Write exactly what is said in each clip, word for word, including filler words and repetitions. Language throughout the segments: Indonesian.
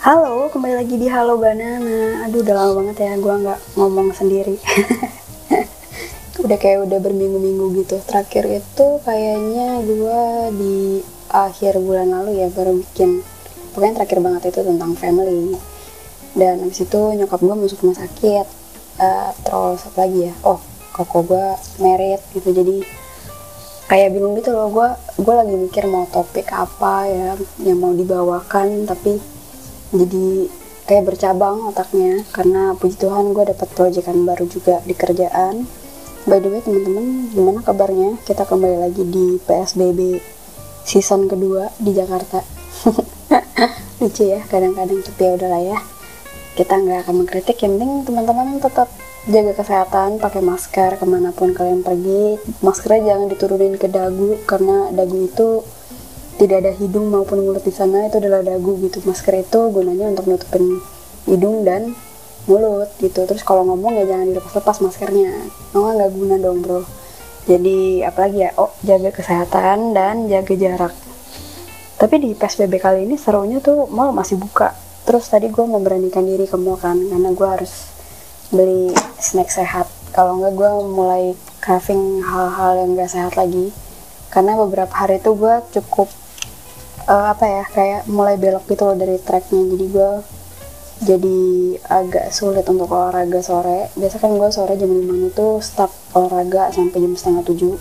Halo, kembali lagi di Halo Banana. Aduh, udah lama banget ya gue nggak ngomong sendiri. Udah kayak udah berminggu-minggu gitu. Terakhir itu kayaknya gue di akhir bulan lalu ya baru bikin. Pokoknya terakhir banget itu tentang family. Dan habis itu nyokap gue masuk rumah sakit. Uh, terus apa lagi ya? Oh, koko gue merit gitu. Jadi kayak bingung gitu loh. Gue gue lagi mikir mau topik apa ya yang mau dibawakan, tapi jadi kayak bercabang otaknya karena puji Tuhan gue dapat proyekan baru juga di kerjaan. By the way teman-teman, gimana kabarnya? Kita kembali lagi di P S B B season kedua di Jakarta. Lucu ya kadang-kadang, tapi ya udahlah ya, kita nggak akan mengkritik. Yang penting teman-teman tetap jaga kesehatan, pakai masker kemanapun kalian pergi. Maskernya jangan diturunin ke dagu karena dagu itu tidak ada hidung maupun mulut di sana, itu adalah dagu gitu. Masker itu gunanya untuk nutupin hidung dan mulut gitu. Terus kalau ngomong ya jangan dilepas-lepas maskernya, oh nggak guna dong bro. Jadi apalagi ya, oh jaga kesehatan dan jaga jarak. Tapi di P S B B kali ini serunya tuh mall masih buka. Terus tadi gue memberanikan diri ke mall kan, karena gue harus beli snack sehat. Kalau nggak gue mulai craving hal-hal yang nggak sehat lagi. Karena beberapa hari itu gue cukup uh, apa ya kayak mulai belok gitu loh dari tracknya. Jadi gue jadi agak sulit untuk olahraga sore. Biasa kan gue sore jam lima itu start olahraga sampai jam setengah tujuh.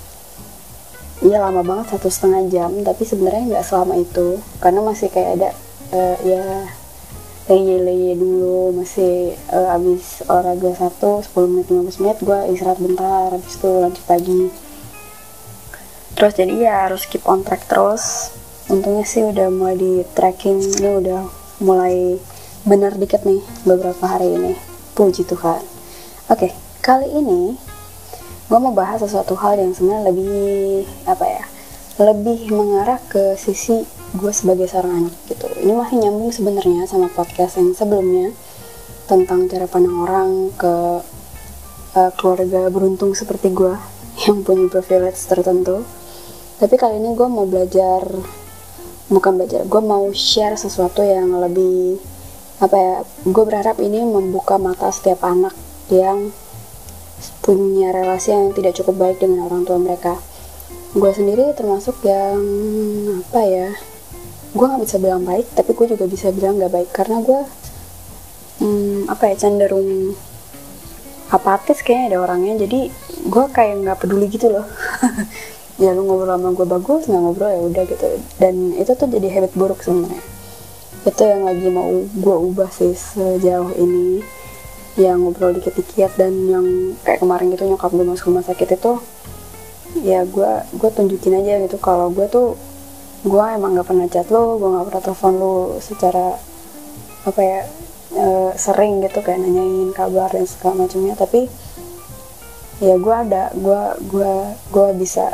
Iya lama banget, satu setengah jam. Tapi sebenarnya nggak selama itu karena masih kayak ada uh, ya leye-leye dulu. Masih uh, abis olahraga satu sepuluh menit lima belas menit gue istirahat bentar, habis itu lanjut pagi. Terus jadi ya harus keep on track terus. Untungnya sih udah mulai di tracking, ini udah mulai benar dikit nih beberapa hari ini, puji Tuhan. Oke, kali ini gue mau bahas sesuatu hal yang sebenarnya lebih apa ya, lebih mengarah ke sisi gue sebagai seorang anak gitu. Ini masih nyambung sebenarnya sama podcast yang sebelumnya tentang cara pandang orang ke uh, keluarga beruntung seperti gue yang punya privilege tertentu. Tapi kali ini gue mau belajar, bukan belajar, gue mau share sesuatu yang lebih apa ya, gue berharap ini membuka mata setiap anak yang punya relasi yang tidak cukup baik dengan orang tua mereka. Gue sendiri termasuk yang apa ya, gue nggak bisa bilang baik, tapi gue juga bisa bilang nggak baik karena gue hmm, apa ya, cenderung apatis kayaknya ada orangnya. Jadi gue kayak nggak peduli gitu loh. Ya lu ngobrol sama gue bagus, nggak ngobrol ya udah gitu. Dan itu tuh jadi habit buruk sebenarnya. Itu yang lagi mau gue ubah sih sejauh ini. Yang ngobrol dikit-dikit dan yang kayak kemarin gitu nyokap gue masuk rumah sakit itu, ya gue gue tunjukin aja gitu kalau gue tuh gue emang nggak pernah chat lo, gue nggak pernah telepon lo secara apa ya e, sering gitu kayak nanyain kabar dan segala macamnya. Tapi ya gue ada, gue gue gue bisa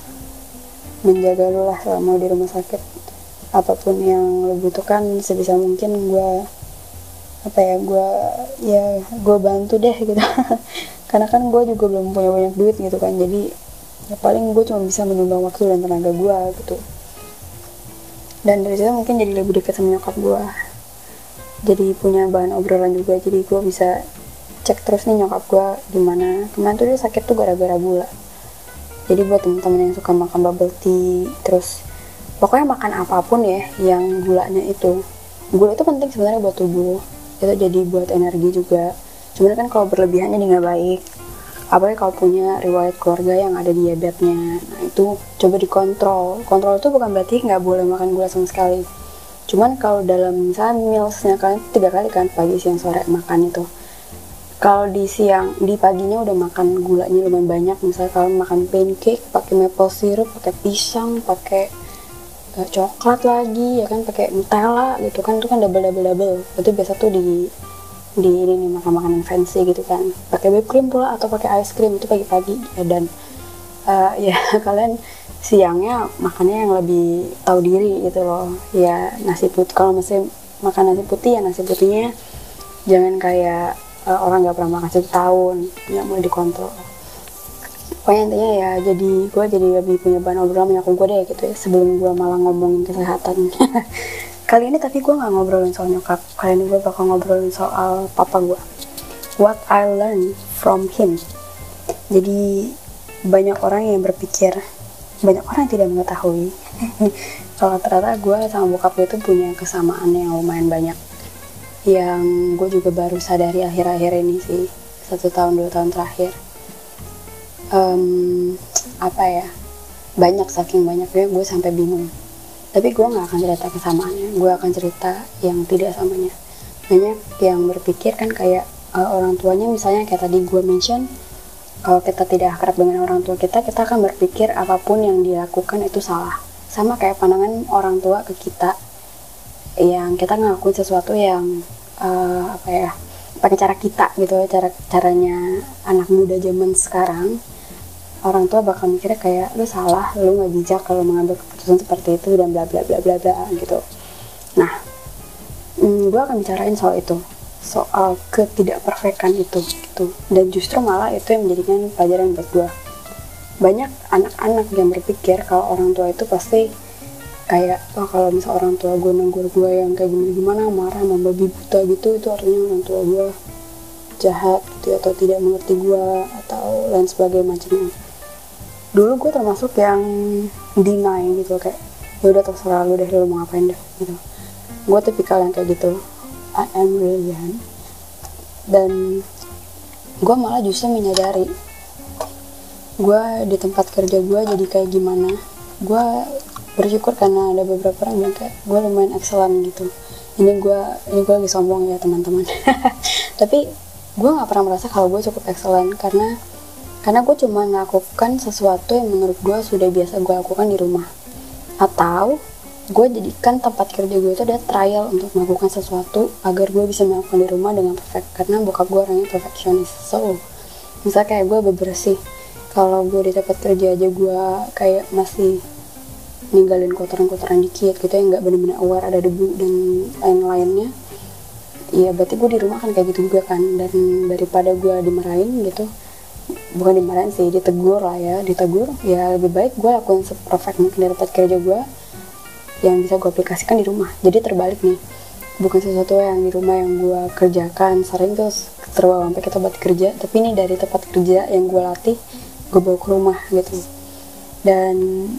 menjaga lu lah selama di rumah sakit. Apapun yang lu butuhkan sebisa mungkin gue apa ya gue ya gue bantu deh gitu. Karena kan gue juga belum punya banyak duit gitu kan, jadi ya paling gue cuma bisa menyumbang waktu dan tenaga gue gitu. Dan dari situ mungkin jadi lebih dekat sama nyokap gue, jadi punya bahan obrolan juga. Jadi gue bisa cek terus nih nyokap gue gimana. Kemarin tuh dia sakit tuh gara-gara gula. Jadi buat teman-teman yang suka makan bubble tea, terus pokoknya makan apapun ya yang gulanya itu, gula itu penting sebenarnya buat tubuh, itu jadi buat energi juga. Cuman kan kalau berlebihannya jadi nggak baik, apalagi kalau punya riwayat keluarga yang ada diabetesnya. Nah itu coba dikontrol. Kontrol itu bukan berarti nggak boleh makan gula sama sekali. Cuman kalau dalam misalnya mealsnya kalian tiga kali kan, pagi siang sore makan itu, kalau di siang, di paginya udah makan gulanya lumayan banyak. Misalnya kalau makan pancake pakai maple syrup, pakai pisang, pakai uh, coklat lagi ya kan, pakai Nutella gitu kan, itu kan double double double. Itu biasa tuh di di ini nih, makan makanan fancy gitu kan, pakai whipped cream pula atau pakai ice cream itu pagi-pagi ya. Dan uh, ya kalian siangnya makannya yang lebih tahu diri gitu loh ya. Nasi putih, kalau masih makan nasi putih ya nasi putihnya jangan kayak Uh, orang nggak pernah makan satu tahun, ya mulai dikontrol. Pokoknya intinya ya, jadi gue jadi lebih punya bahan obrolan sama nyokap gue deh gitu ya, sebelum gue malah ngomongin kesehatan. kali ini tapi gue nggak ngobrolin soal nyokap, kali ini gue bakal ngobrolin soal papa gue, what I learned from him. Jadi banyak orang yang berpikir, banyak orang yang tidak mengetahui kalau ternyata gue sama bokap gue itu punya kesamaan yang lumayan banyak, yang gue juga baru sadari akhir-akhir ini sih, satu tahun dua tahun terakhir. Um, apa ya, banyak, saking banyaknya gue sampai bingung. Tapi gue nggak akan cerita kesamaannya, gue akan cerita yang tidak samanya. Banyak yang berpikir kan kayak uh, orang tuanya, misalnya kayak tadi gue mention, kalau kita tidak akrab dengan orang tua kita, kita akan berpikir apapun yang dilakukan itu salah. Sama kayak pandangan orang tua ke kita, yang kita ngelakuin sesuatu yang uh, apa ya, pakai cara kita gitu, cara caranya anak muda zaman sekarang. Orang tua bakal mikirnya kayak lu salah, lu nggak bijak kalau mengambil keputusan seperti itu dan bla bla bla bla bla gitu. Nah, hmm, gue akan bicarain soal itu, soal ketidakperfekan itu gitu. Dan justru malah itu yang menjadikan pelajaran buat gue. Banyak anak-anak yang berpikir kalau orang tua itu pasti kayak, oh kalau misal orang tua gue negur gue yang kayak gimana-gimana, marah, membabi buta gitu, itu artinya orang tua gue jahat gitu, atau tidak mengerti gue, atau lain sebagainya macamnya. Dulu gue termasuk yang deny gitu, kayak ya udah terserah lu deh, lu mau ngapain deh gitu. Gue tipikal yang kayak gitu, I am brilliant. Dan gue malah justru menyadari gue di tempat kerja gue jadi kayak gimana. Gue bersyukur karena ada beberapa orang yang kayak gue lumayan excellent gitu. Ini gue ini gue lagi sombong ya teman-teman. Tapi gue nggak pernah merasa kalau gue cukup excellent, karena karena gue cuma melakukan sesuatu yang menurut gue sudah biasa gue lakukan di rumah, atau gue jadikan tempat kerja gue itu ada trial untuk melakukan sesuatu agar gue bisa melakukan di rumah dengan perfect, karena bokap gue orangnya perfeksionis. So misalnya kayak gue bebersih, kalau gue di tempat kerja aja gue kayak masih ninggalin kotoran-kotoran dikit gitu, yang nggak benar-benar aware ada debu dan lain-lainnya, ya berarti gue di rumah kan kayak gitu juga kan. Dan daripada gue dimarahin gitu, bukan dimarahin sih, ditegur lah ya, ditegur, ya lebih baik gue lakuin seperfect mungkin di tempat kerja gue yang bisa gue aplikasikan di rumah. Jadi terbalik nih, bukan sesuatu yang di rumah yang gue kerjakan sering terus terbawa sampai ke tempat kerja, tapi ini dari tempat kerja yang gue latih gue bawa ke rumah gitu. Dan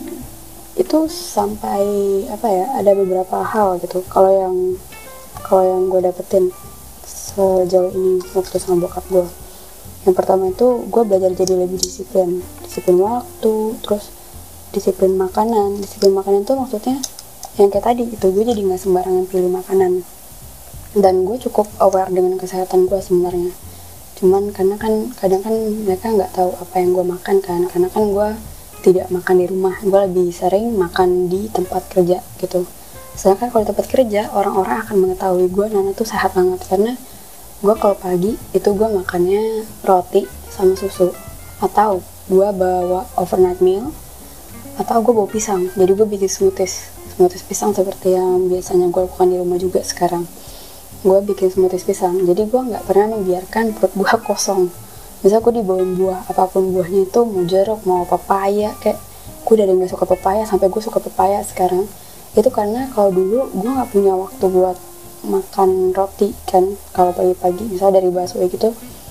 itu sampai apa ya, ada beberapa hal gitu kalau yang kalau yang gue dapetin sejauh ini waktu sama bokap gue. Yang pertama itu gue belajar jadi lebih disiplin, disiplin waktu, terus disiplin makanan. Disiplin makanan itu maksudnya yang kayak tadi itu, gue jadi nggak sembarangan pilih makanan. Dan gue cukup aware dengan kesehatan gue sebenarnya. Cuman karena kan kadang kan mereka nggak tahu apa yang gue makan kan, karena kan gue tidak makan di rumah, gue lebih sering makan di tempat kerja gitu. Sedangkan kalau di tempat kerja, orang-orang akan mengetahui gue Nana tuh sehat banget, karena gue kalau pagi itu gue makannya roti sama susu, atau gue bawa overnight meal, atau gue bawa pisang. Jadi gue bikin smoothies smoothies pisang seperti yang biasanya gue lakukan di rumah juga sekarang. Gue bikin smoothies pisang, jadi gue nggak pernah membiarkan perut gue kosong. Misal gue dibawain buah, apapun buahnya itu, mau jeruk, mau papaya, kayak gue dari nggak suka papaya sampai gue suka papaya sekarang. Itu karena kalau dulu gue nggak punya waktu buat makan roti kan, kalau pagi-pagi misalnya dari bakso gitu,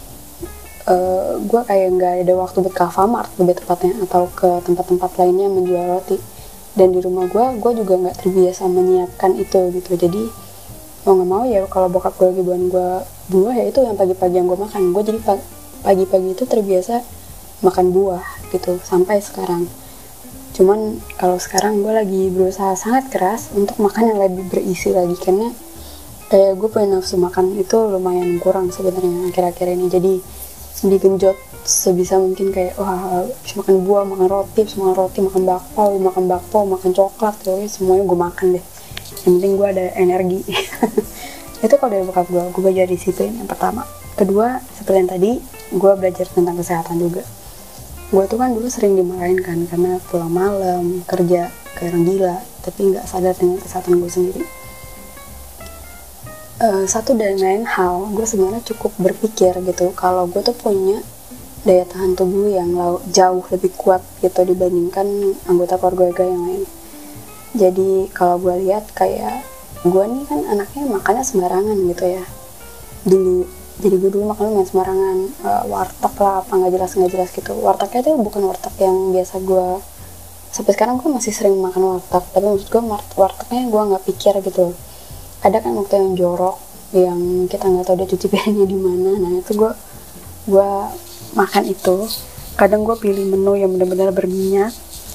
uh, gue kayak nggak ada waktu buat ke Alfamart lebih tepatnya, atau ke tempat-tempat lainnya menjual roti. Dan di rumah gue gue juga nggak terbiasa menyiapkan itu gitu. Jadi mau nggak mau ya kalau bokap gue lagi bawain gue buah, ya itu yang pagi-pagi yang gue makan. Gue jadi pagi-pagi itu terbiasa makan buah gitu sampai sekarang. Cuman kalau sekarang gue lagi berusaha sangat keras untuk makan yang lebih berisi lagi, karena kayak gue punya nafsu makan itu lumayan kurang sebenarnya akhir-akhir ini. Jadi digenjot sebisa mungkin, kayak wah bisa makan buah, makan roti, bisa makan roti, makan bakpao, makan bakpao, makan coklat, gitu, semuanya gue makan deh. Yang penting gue ada energi. Itu kalau dari bokap gue, gue belajar disiplin yang pertama. Kedua, seperti yang tadi, gue belajar tentang kesehatan juga. Gue tuh kan dulu sering dimarahin kan karena pulang malam, kerja kayak orang gila, tapi nggak sadar dengan kesehatan gue sendiri. Uh, satu dan lain hal, gue sebenarnya cukup berpikir gitu kalau gue tuh punya daya tahan tubuh yang jauh lebih kuat gitu dibandingkan anggota keluarga yang lain. Jadi kalau gue lihat kayak gue nih kan anaknya makannya sembarangan gitu ya dulu. Jadi gue dulu makan main sembarangan, uh, warteg lah apa nggak jelas nggak jelas gitu. Wartegnya itu bukan warteg yang biasa gue, sampai sekarang gue masih sering makan warteg, tapi maksud gue wartegnya gue nggak pikir gitu. Ada kan waktu yang jorok yang kita nggak tahu dia cuci piringnya di mana, nah itu gue gue makan itu. Kadang gue pilih menu yang benar-benar berminyak.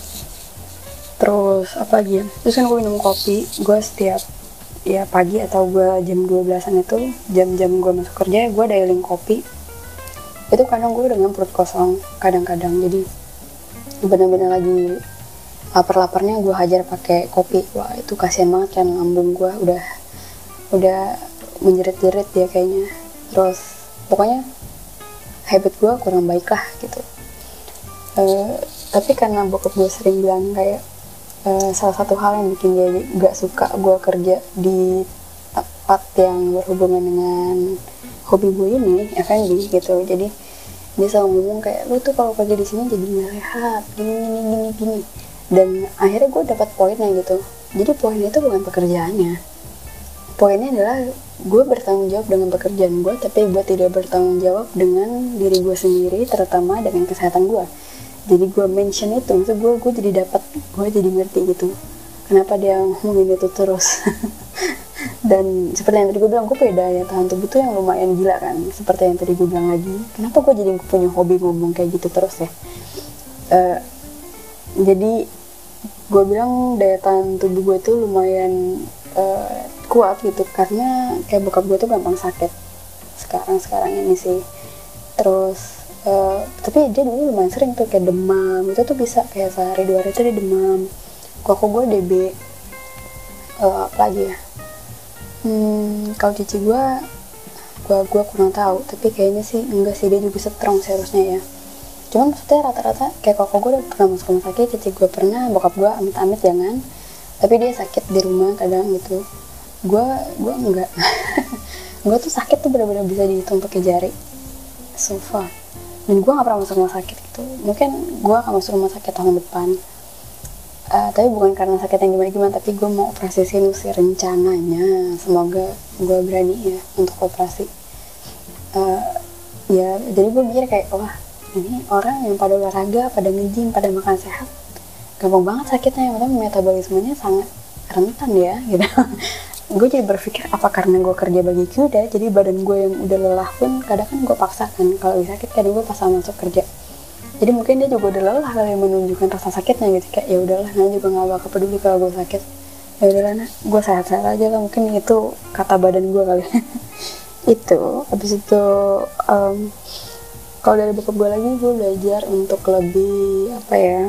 Terus apa lagi ya, terus kan gue minum kopi. Gue setiap ya pagi atau gue jam dua belasan itu jam-jam gue masuk kerja, gue dialing kopi. Itu kadang gue dengan perut kosong kadang-kadang, jadi benar-benar lagi lapar-laparnya gue hajar pakai kopi. Wah itu kasihan banget kan, lambung gue udah udah menjerit-jerit ya kayaknya. Terus pokoknya habit gue kurang baik lah gitu. Uh, tapi karena bokap gue sering bilang kayak Uh, salah satu hal yang bikin dia gak suka gue kerja di tempat yang berhubungan dengan hobi gue ini, F and B gitu. Jadi dia selalu ngomong kayak, lu tuh kalau kerja di sini jadi gak sehat, gini gini gini gini. Dan akhirnya gue dapat poinnya gitu. Jadi poinnya itu bukan pekerjaannya, poinnya adalah gue bertanggung jawab dengan pekerjaan gue, tapi gue tidak bertanggung jawab dengan diri gue sendiri, terutama dengan kesehatan gue. Jadi gue mention itu, maksud gue gue jadi dapat, gue jadi ngerti gitu kenapa dia ngomongin itu terus. Dan seperti yang tadi gue bilang, gue punya daya tahan tubuh tuh yang lumayan gila kan. Seperti yang tadi gue bilang lagi, kenapa gue jadi punya hobi ngomong kayak gitu terus ya. Uh, jadi gue bilang daya tahan tubuh gue tuh lumayan uh, kuat gitu, karena kayak bokap gue tuh gampang sakit sekarang-sekarang ini sih. Terus Uh, tapi dia dulu lumayan sering tuh kayak demam, itu tuh bisa kayak sehari dua hari tuh dia demam. Koko gue D B. Uh, apa lagi ya, hmm, kalau cici gue gue gue kurang tahu, tapi kayaknya sih enggak sih, dia juga strong seharusnya ya. Cuma maksudnya rata-rata kayak koko gue udah pernah masuk rumah sakit, cici gue pernah, bokap gue amit-amit jangan, tapi dia sakit di rumah kadang gitu. Gue gue enggak. Gue tuh sakit tuh benar-benar bisa dihitung pakai jari so far. Dan gue gak pernah masuk rumah sakit gitu. Mungkin gue akan masuk rumah sakit tahun depan, uh, tapi bukan karena sakit yang gimana-gimana, tapi gue mau operasi sinus sih rencananya. Semoga gue berani ya untuk operasi. uh, ya jadi gue mikir kayak, wah ini orang yang pada olahraga, pada nge-gym, pada makan sehat, gampang banget sakitnya, padahal metabolismenya sangat rentan ya gitu. Gue jadi berpikir, apa karena gue kerja bagi kuda, jadi badan gue yang udah lelah pun kadang kan gue paksakan kalau lagi sakit, kadang gue pasang masuk kerja. Jadi mungkin dia juga udah lelah kali menunjukkan rasa sakitnya gitu, kayak ya udahlah, nah juga nggak bakal peduli kalau gue sakit, ya udahlah nah gue sehat-sehat aja lah, mungkin itu kata badan gue kali. Itu habis itu um, kalau dari bokap gue lagi, gue belajar untuk lebih apa ya,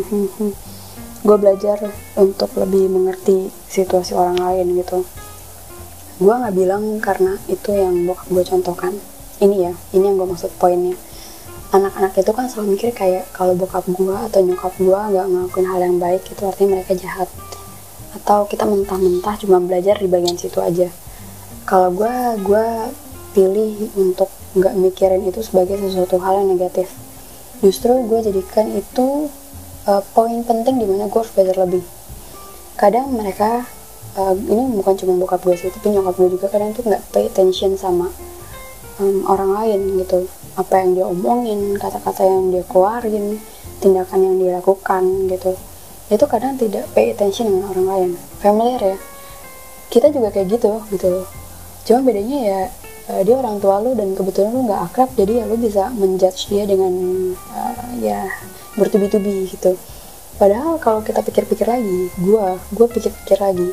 gue belajar untuk lebih mengerti situasi orang lain gitu. Gue nggak bilang karena itu yang bokap gue contohkan, ini ya, ini yang gue maksud poinnya. Anak-anak itu kan selalu mikir kayak kalau bokap gue atau nyokap gue nggak ngelakuin hal yang baik itu artinya mereka jahat, atau kita mentah-mentah cuma belajar di bagian situ aja. Kalau gue gue pilih untuk nggak mikirin itu sebagai sesuatu hal yang negatif. Justru gue jadikan itu Uh, poin penting dimana gue harus belajar lebih. Kadang mereka uh, ini bukan cuma bokap gue sih, tapi nyokap gue juga kadang tuh nggak pay attention sama um, orang lain gitu, apa yang dia omongin, kata-kata yang dia keluarin, tindakan yang dia lakukan gitu, itu kadang tidak pay attention dengan orang lain. Familiar ya, kita juga kayak gitu gitu. Cuma bedanya ya uh, dia orang tua lu dan kebetulan lu nggak akrab, jadi ya lu bisa menjudge dia dengan uh, ya bertubi-tubi gitu. Padahal kalau kita pikir-pikir lagi, gue gue pikir-pikir lagi,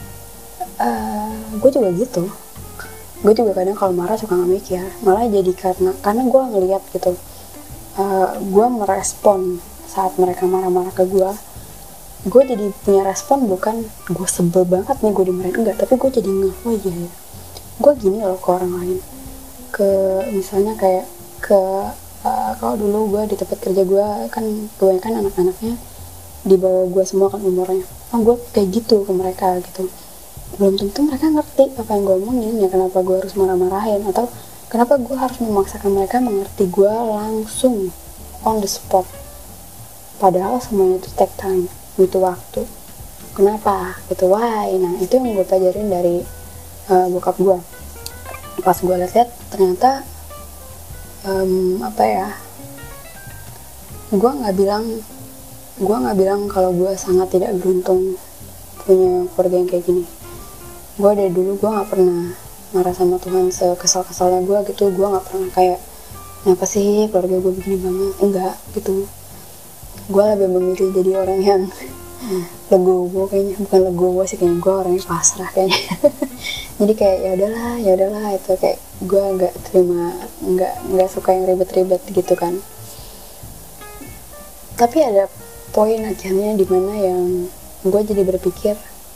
uh, gue juga gitu. Gue juga kadang kalau marah suka nggak mikir, malah jadi karena karena gue ngeliat gitu, uh, gue merespon saat mereka marah-marah ke gue. Gue jadi punya respon, bukan gue sebel banget nih gue dimarahin, enggak, tapi gue jadi ngeh, oh iya ya, gue gini loh ke orang lain. Ke misalnya kayak ke Uh, kalau dulu gue di tempat kerja gue kan kebanyakan anak-anaknya di bawah gue semua kan umurnya, oh gue kayak gitu ke mereka gitu. Belum tentu mereka ngerti apa yang gue omongin, ya kenapa gue harus marah-marahin, atau kenapa gue harus memaksakan mereka mengerti gue langsung on the spot. Padahal semuanya itu take time, butuh waktu. kenapa gitu, why. Nah itu yang gue pelajarin dari uh, bokap gue. Pas gue lihat ternyata um, apa ya, gue nggak bilang gue nggak bilang kalau gue sangat tidak beruntung punya keluarga yang kayak gini. Gue dari dulu gue nggak pernah marah sama Tuhan sekesal-kesalnya gue gitu. Gue nggak pernah kayak kenapa sih keluarga gue begini banget, enggak gitu. Gue lebih memilih jadi orang yang hmm. legowo kayaknya, bukan legowo sih, kayaknya gue orangnya pasrah kayaknya. Jadi kayak ya udahlah ya udahlah itu kayak gue nggak terima, nggak nggak suka yang ribet-ribet gitu kan. Tapi ada poin akhirnya dimana yang gue jadi berpikir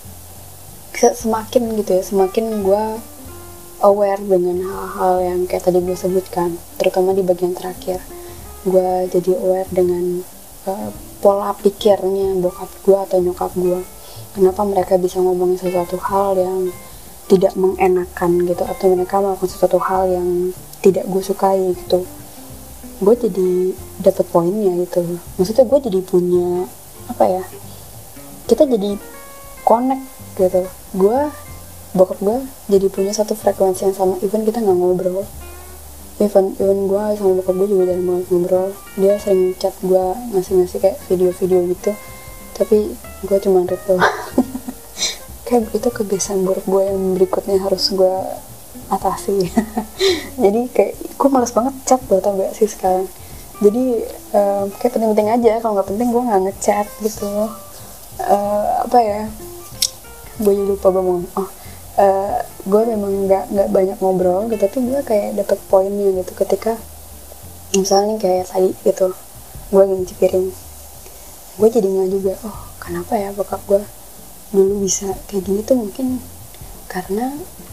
semakin gitu ya, semakin gue aware dengan hal-hal yang kayak tadi gue sebutkan, terutama di bagian terakhir. Gue jadi aware dengan uh, pola pikirnya bokap gue atau nyokap gue. Kenapa mereka bisa ngomongin sesuatu hal yang tidak mengenakan gitu, atau mereka melakukan sesuatu hal yang tidak gue sukai gitu. Gue jadi dapet poinnya gitu. Maksudnya gue jadi punya apa ya, kita jadi connect gitu. Gue bokap gue jadi punya satu frekuensi yang sama, even kita nggak ngobrol, even even gue sama bokap gue juga jarang banget ngobrol. Dia sering chat gue, ngasih-ngasih kayak video-video gitu, tapi gue cuma reply. Kayak itu kebiasaan buruk gue yang berikutnya harus gue atasi. Jadi kayak gue malas banget chat loh, tau gak sih sekarang. Jadi um, kayak penting-penting aja, kalau nggak penting gue nggak ngechat gitu. Uh, apa ya, gue jadi lupa gue mau oh Uh, gue memang nggak nggak banyak ngobrol gitu, tapi gue kayak dapet poinnya gitu. Ketika misalnya kayak tadi gitu, gue lagi nyuci piring, gue jadi nggak juga, oh kenapa ya bokap gue dulu bisa kayak gini tuh, mungkin karena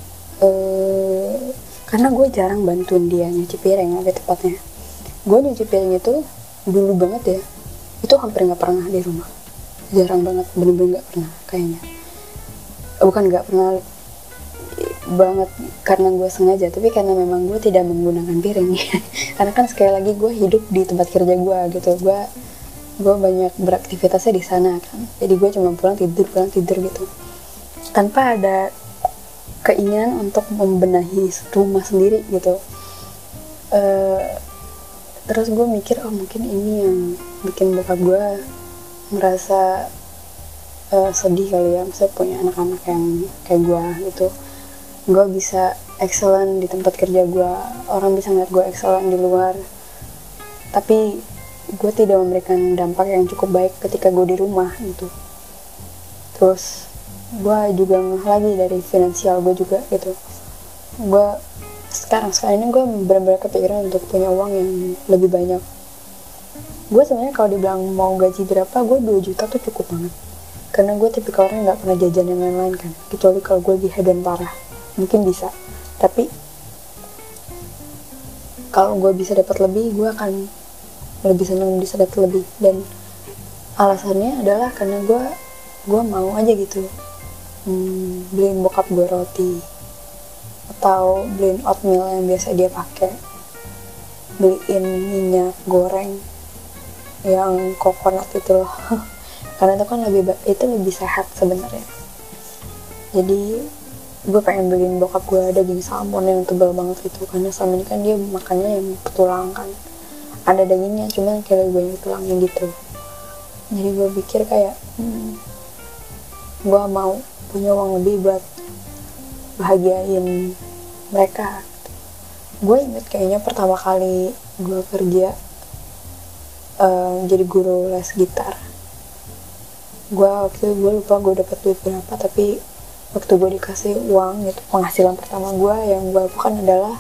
uh, karena gue jarang bantuin dia nyuci piring. Lebih tepatnya gue nyuci piring itu dulu banget ya, itu hampir nggak pernah di rumah, jarang banget, bener-bener nggak pernah kayaknya. Bukan nggak pernah banget karena gue sengaja, tapi karena memang gue tidak menggunakan piring. Karena kan sekali lagi gue hidup di tempat kerja gue gitu, gue gue banyak beraktivitasnya di sana kan, jadi gue cuma pulang tidur pulang tidur gitu, tanpa ada keinginan untuk membenahi rumah sendiri gitu. Uh, terus gue mikir, oh mungkin ini yang bikin bokap gue merasa uh, sedih kali ya, misalnya punya anak-anak yang kayak gue gitu. Gue bisa excellent di tempat kerja gue, orang bisa ngeliat gue excellent di luar, tapi gue tidak memberikan dampak yang cukup baik ketika gue di rumah gitu. Terus gue juga ngeh lagi dari finansial gue juga gitu. Gue sekarang sekarang ini gue benar-benar kepikiran untuk punya uang yang lebih banyak. Gue sebenarnya kalau dibilang mau gaji berapa, gue dua juta tuh cukup banget, karena gue tipikal orang yang nggak pernah jajan yang lain-lain kan, kecuali kalau gue lagi hedon parah mungkin bisa. Tapi kalau gue bisa dapat lebih, gue akan lebih senang bisa dapat lebih. Dan alasannya adalah karena gue gue mau aja gitu, hmm, beliin bokap gue roti, atau beliin oatmeal yang biasa dia pakai, beliin minyak goreng yang coconut itu loh. Karena itu kan lebih itu lebih sehat sebenarnya. Jadi gue pengen beliin bokap gue daging salmon yang tebal banget gitu, karena selama ini kan dia makannya yang tulang kan, ada dagingnya cuman kayak lebih banyak tulangnya gitu. Jadi gue pikir kayak hmm, gue mau punya uang lebih buat bahagiain mereka. Gue inget kayaknya pertama kali gue kerja uh, jadi guru les gitar, gue waktu itu gue lupa gue dapet duit berapa, tapi waktu gue dikasih uang itu penghasilan pertama gue, yang gue lakukan adalah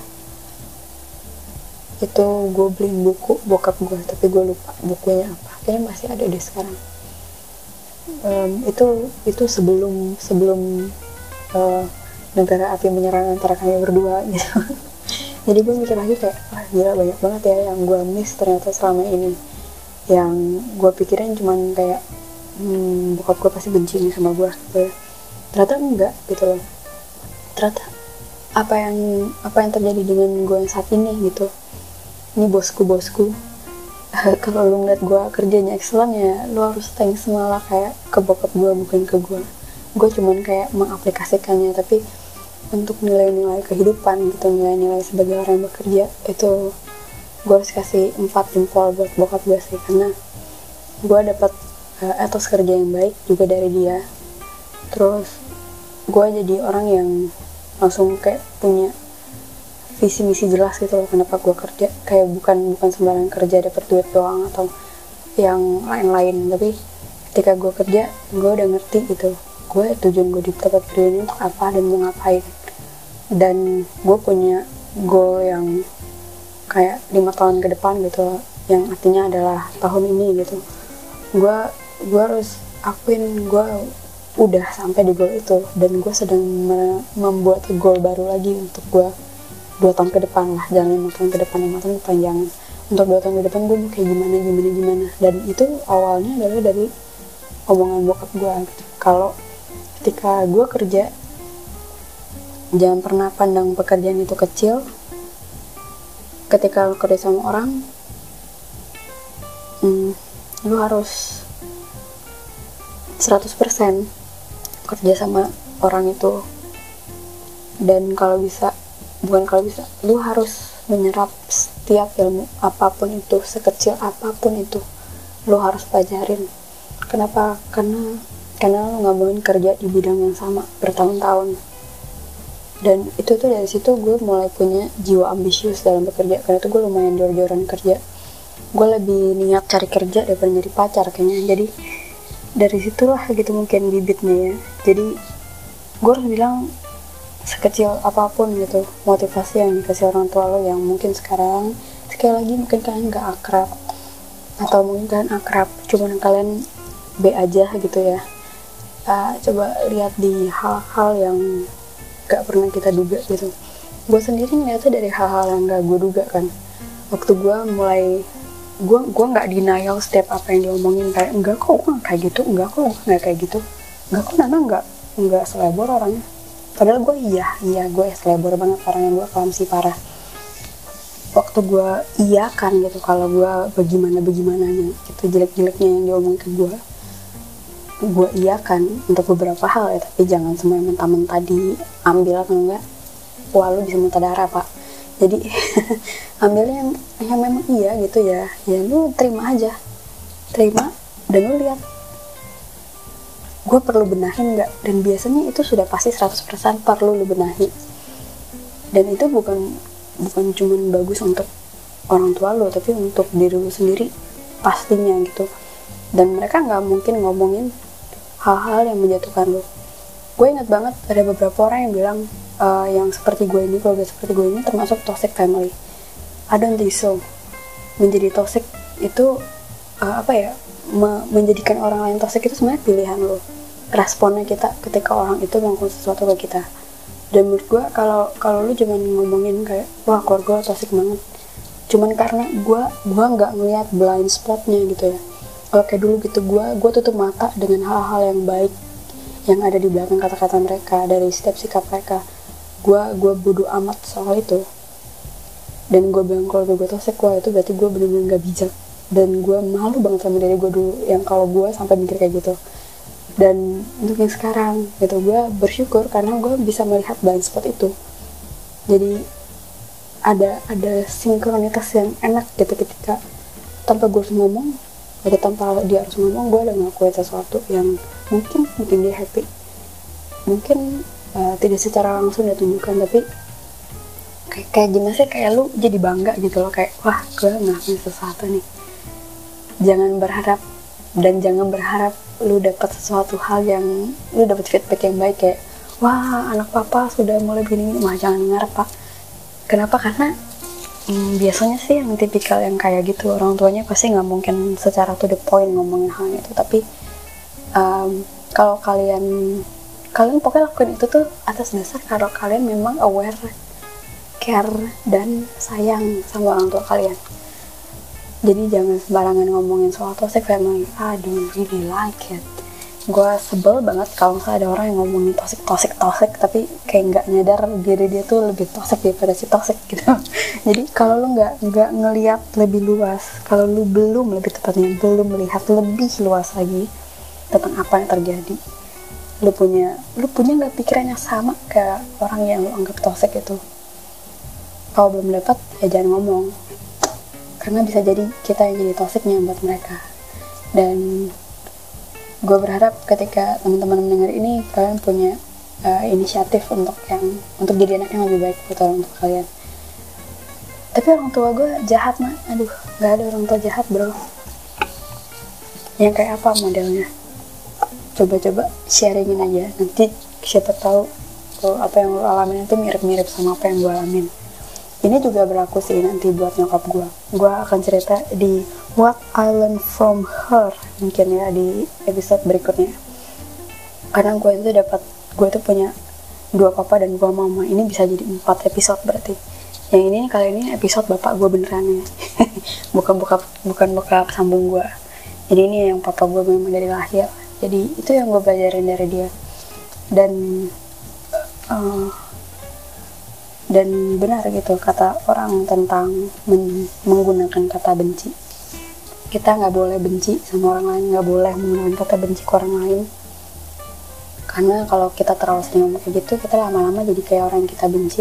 itu gue beliin buku bokap gue, tapi gue lupa bukunya apa, kayaknya masih ada deh sekarang. Um, itu itu sebelum sebelum uh, negara api menyerang antara kami berdua gitu. Jadi gue mikir lagi kayak, wah gila banyak banget ya yang gue miss ternyata selama ini. Yang gue pikirin cuman kayak hmm, bokap gue pasti benci nih sama gue gitu. Ternyata enggak gitu loh. Ternyata apa yang apa yang terjadi dengan gue yang saat ini gitu, ini bosku bosku kalau lu ngeliat gue kerjanya excellent ya lu harus thanks malah kayak ke bokap gue, bukan ke gue. Gue cuman kayak mengaplikasikannya, tapi untuk nilai-nilai kehidupan gitu, nilai-nilai sebagai orang yang bekerja itu gue harus kasih empat jempol buat bokap gue sih, karena gue dapat uh, etos kerja yang baik juga dari dia. Terus gue jadi orang yang langsung kayak punya visi misi jelas gitu loh kenapa gue kerja, kayak bukan bukan sembarang kerja dapat duit doang atau yang lain-lain, tapi ketika gue kerja gue udah ngerti gitu gue tujuan gue di tempat kerja ini untuk apa dan mau ngapain, dan gue punya goal yang kayak lima tahun ke depan gitu, yang artinya adalah tahun ini gitu gue gue harus akuin gue udah sampai di goal itu, dan gue sedang me- membuat goal baru lagi untuk gue dua tahun ke depan lah, jangan lima tahun ke depan, lima tahun kepanjangan. Untuk dua tahun ke depan gue mau kayak gimana gimana gimana, dan itu awalnya adalah dari omongan bokap gue gitu. Kalau ketika gue kerja, jangan pernah pandang pekerjaan itu kecil. Ketika lu kerja sama orang, hmm, lu harus seratus persen kerja sama orang itu, dan kalau bisa bukan kalau bisa lu harus menyerap setiap ilmu apapun itu, sekecil apapun itu lu harus pelajarin. Kenapa? Karena karena lu nggak mungkin kerja di bidang yang sama bertahun-tahun, dan itu tuh dari situ gue mulai punya jiwa ambisius dalam bekerja, karena itu gue lumayan jor-joran kerja. Gue lebih niat cari kerja daripada nyari pacar kayaknya. Jadi dari situlah gitu mungkin bibitnya ya. Jadi gue harus bilang sekecil apapun gitu motivasi yang dikasih orang tua lo yang mungkin sekarang sekali lagi mungkin kalian gak akrab, atau mungkin kalian akrab cuman kalian B aja gitu ya. Uh, coba lihat di hal-hal yang gak pernah kita duga gitu. Gue sendiri ngeliatnya dari hal-hal yang gak gue duga kan. Waktu gue mulai gue gue nggak denial setiap apa yang diomongin, kayak enggak kok gue nggak kayak gitu, enggak kok gue nggak kayak gitu, enggak kok Nana nggak nggak selebor orangnya. Padahal gue iya iya gue selebor banget orangnya, gue clumsy parah. Waktu gue iya kan gitu kalau gue bagaimana bagaimananya gitu, jelek-jeleknya yang diomongin ke gue, gue iya kan untuk beberapa hal ya, tapi jangan semua mentah-mentah diambil, atau enggak wah lu bisa muntah darah pak. Jadi ambil yang yang memang iya gitu ya, ya lu terima aja, terima, dan lu lihat gue perlu benahin nggak, dan biasanya itu sudah pasti seratus persen perlu lu benahi. Dan itu bukan bukan cuma bagus untuk orang tua lo, tapi untuk diri lu sendiri pastinya gitu. Dan mereka nggak mungkin ngomongin hal-hal yang menjatuhkan lo. Gue ingat banget ada beberapa orang yang bilang uh, yang seperti gue ini, keluarga seperti gue ini termasuk toxic family. I don't think so. Menjadi toxic itu uh, apa ya, me- menjadikan orang lain toxic itu sebenarnya pilihan lo, responnya kita ketika orang itu melakukan sesuatu ke kita. Dan menurut gue kalau kalau lu cuman ngomongin kayak wah keluarga lo toxic banget, cuman karena gue gue nggak ngeliat blind spotnya gitu ya. Kalau kayak dulu gitu gue gue tutup mata dengan hal-hal yang baik yang ada di belakang kata-kata mereka, dari setiap sikap mereka. Gue gue bodoh amat soal itu, dan gue bilang kalau gue toxic, wah itu berarti gue bener-bener gak bijak, dan gue malu banget sama diri gue dulu yang kalau gue sampai mikir kayak gitu. Dan untuk yang sekarang gitu, gue bersyukur karena gue bisa melihat blind spot itu. Jadi ada ada sinkronitas yang enak gitu ketika tanpa gue harus ngomong atau tanpa dia harus ngomong, gue udah ngelakuin sesuatu yang mungkin mungkin dia happy, mungkin uh, tidak secara langsung dia tunjukkan, tapi kayak, kayak gimana sih, kayak lu jadi bangga gitu loh, kayak wah gue ngelakuin sesuatu nih. Jangan berharap, dan jangan berharap lu dapat sesuatu hal yang lu dapat feedback yang baik kayak wah anak papa sudah mulai begini, mah jangan ngarep pak. Kenapa? Karena hmm, biasanya sih yang tipikal yang kayak gitu orang tuanya pasti nggak mungkin secara to the point ngomongin hal itu, tapi um, kalau kalian kalian pokoknya lakuin itu tuh atas dasar kalau kalian memang aware, care, dan sayang sama orang tua kalian. Jadi jangan sembarangan ngomongin soal toxic family. I don't really like it. gue sebel banget kalau misalnya ada orang yang ngomongin toxic toxic toxic tapi kayak nggak nyadar diri dia tuh lebih toxic daripada si toxic gitu. Jadi kalau lu nggak nggak ngelihat lebih luas, kalau lu belum, lebih tepatnya belum melihat lebih luas lagi tentang apa yang terjadi, lu punya lu punya nggak pikiran yang sama kayak orang yang lu anggap toxic itu. Kalau belum dapat ya jangan ngomong, karena bisa jadi kita yang jadi toxicnya buat mereka. Dan gue berharap ketika teman-teman mendengar ini, kalian punya uh, inisiatif untuk yang untuk jadi anak yang lebih baik buat orang tua kalian. Tapi orang tua gue jahat mah, aduh, nggak ada orang tua jahat bro. Yang kayak apa modelnya? Coba-coba sharingin aja, nanti siapa tahu oh, apa yang lo alamin itu mirip-mirip sama apa yang gue alamin. Ini juga berlaku sih nanti buat nyokap gue. Gue akan cerita di What I Learned From Her mungkin ya di episode berikutnya. Karena gue itu dapat, gue itu punya dua papa dan dua mama. Ini bisa jadi empat episode berarti. Yang ini kali ini episode bapak gue beneran ya. bukan buka bukan buka sambung gue. Jadi ini yang papa gue memang dari lahir. Jadi itu yang gue pelajarin dari dia. Dan uh, dan benar gitu kata orang tentang men- menggunakan kata benci. Kita nggak boleh benci sama orang lain, nggak boleh menggunakan kata benci ke orang lain, karena kalau kita terlalu sering ngomong kayak gitu, kita lama-lama jadi kayak orang yang kita benci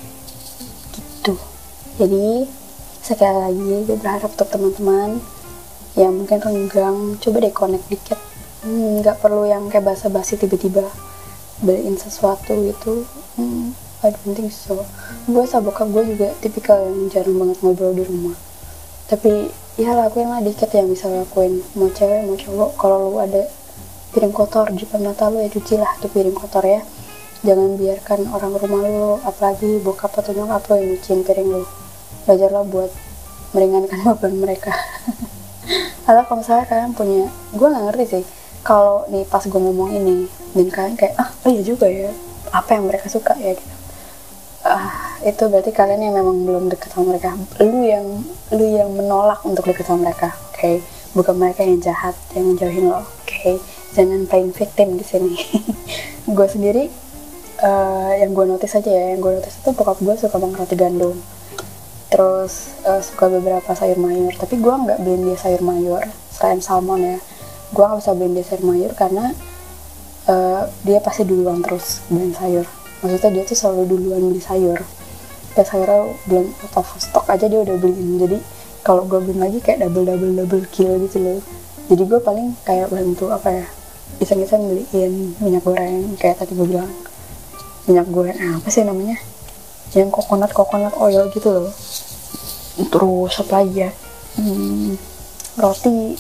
gitu. Jadi sekali lagi gue berharap untuk teman-teman yang mungkin renggang, coba deh connect dikit. Nggak hmm, perlu yang kayak basa-basi tiba-tiba beliin sesuatu gitu. hmm, I don't think so. Gue sama bokap gue juga tipikal yang jarang banget ngobrol di rumah. Tapi ya lakuin lah dikit yang bisa lakuin. Mau cewek mau cowok, kalau lu ada piring kotor di depan mata lu ya cucilah tuh piring kotor ya. Jangan biarkan orang rumah lu, apalagi bokap atau nyokap lu yang nyuciin piring lu. Belajarlah buat meringankan beban mereka. Atau kalau misalnya kalian punya, gue gak ngerti sih kalau nih pas gue ngomong ini dan kalian kayak ah oh iya juga ya, apa yang mereka suka ya gitu. Ah, itu berarti kalian yang memang belum deket sama mereka. Lu yang lu yang menolak untuk deket sama mereka, oke? Okay? Bukan mereka yang jahat yang menjauhin lo, oke? Okay? Jangan playing victim di sini. Gue sendiri uh, yang gue notice aja ya, yang gue notice itu bokap gue suka banget roti gandum, terus uh, suka beberapa sayur mayur. Tapi gue nggak beliin dia sayur mayur selain salmon ya. Gue nggak bisa beliin dia sayur mayur karena uh, dia pasti duluan terus beliin sayur. Maksudnya dia tuh selalu duluan beli sayur, kayak sayurnya belum out of stock aja dia udah beliin. Jadi kalau gue beliin lagi kayak double double double kill gitu loh. Jadi gue paling kayak bantu apa ya, bisa-bisa beliin minyak goreng kayak tadi gue bilang, minyak goreng apa sih namanya, yang coconut coconut oil gitu loh. Terus apa lagi ya, hmm, roti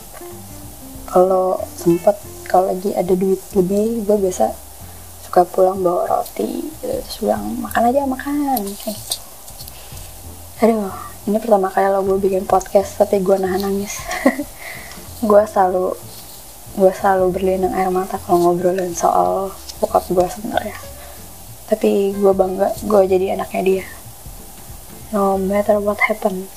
kalau sempet, kalau lagi ada duit lebih gue biasa suka pulang bawa roti gitu, terus bilang makan aja makan kayak gitu. Aduh, ini pertama kali lo gue bikin podcast tapi gue nahan nangis. gue selalu gue selalu berlinang air mata kalau ngobrolin soal bokap gue sebenarnya. Tapi gue bangga gue jadi anaknya dia, no matter what happen.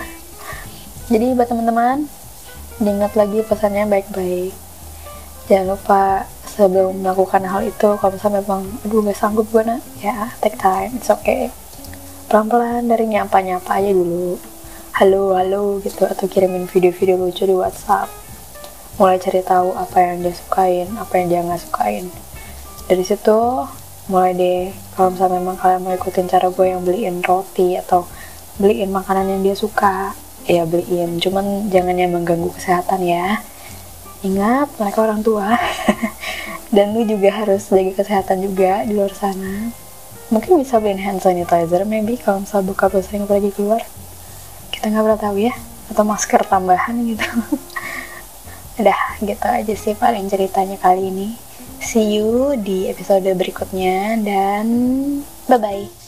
Jadi buat teman-teman, diingat lagi pesannya baik-baik. Jangan lupa sebelum melakukan hal itu, kalau misalnya memang aduh gak sanggup gue nak, ya take time, it's okay. Pelan-pelan dari nyapa-nyapa aja dulu, halo halo gitu, atau kirimin video-video lucu di WhatsApp. Mulai cari tahu apa yang dia sukain, apa yang dia nggak sukain. Dari situ mulai deh, kalau misalnya memang kalian mau ikutin cara gue yang beliin roti atau beliin makanan yang dia suka, ya beliin, cuman jangan yang mengganggu kesehatan ya. Ingat, mereka orang tua. Dan lu juga harus jaga kesehatan juga di luar sana. Mungkin bisa beliin hand sanitizer maybe kalau misalnya buka lu sering pergi keluar, kita nggak pernah tahu ya, atau masker tambahan gitu. Udah gitu aja sih paling ceritanya kali ini. See you di episode berikutnya dan bye bye.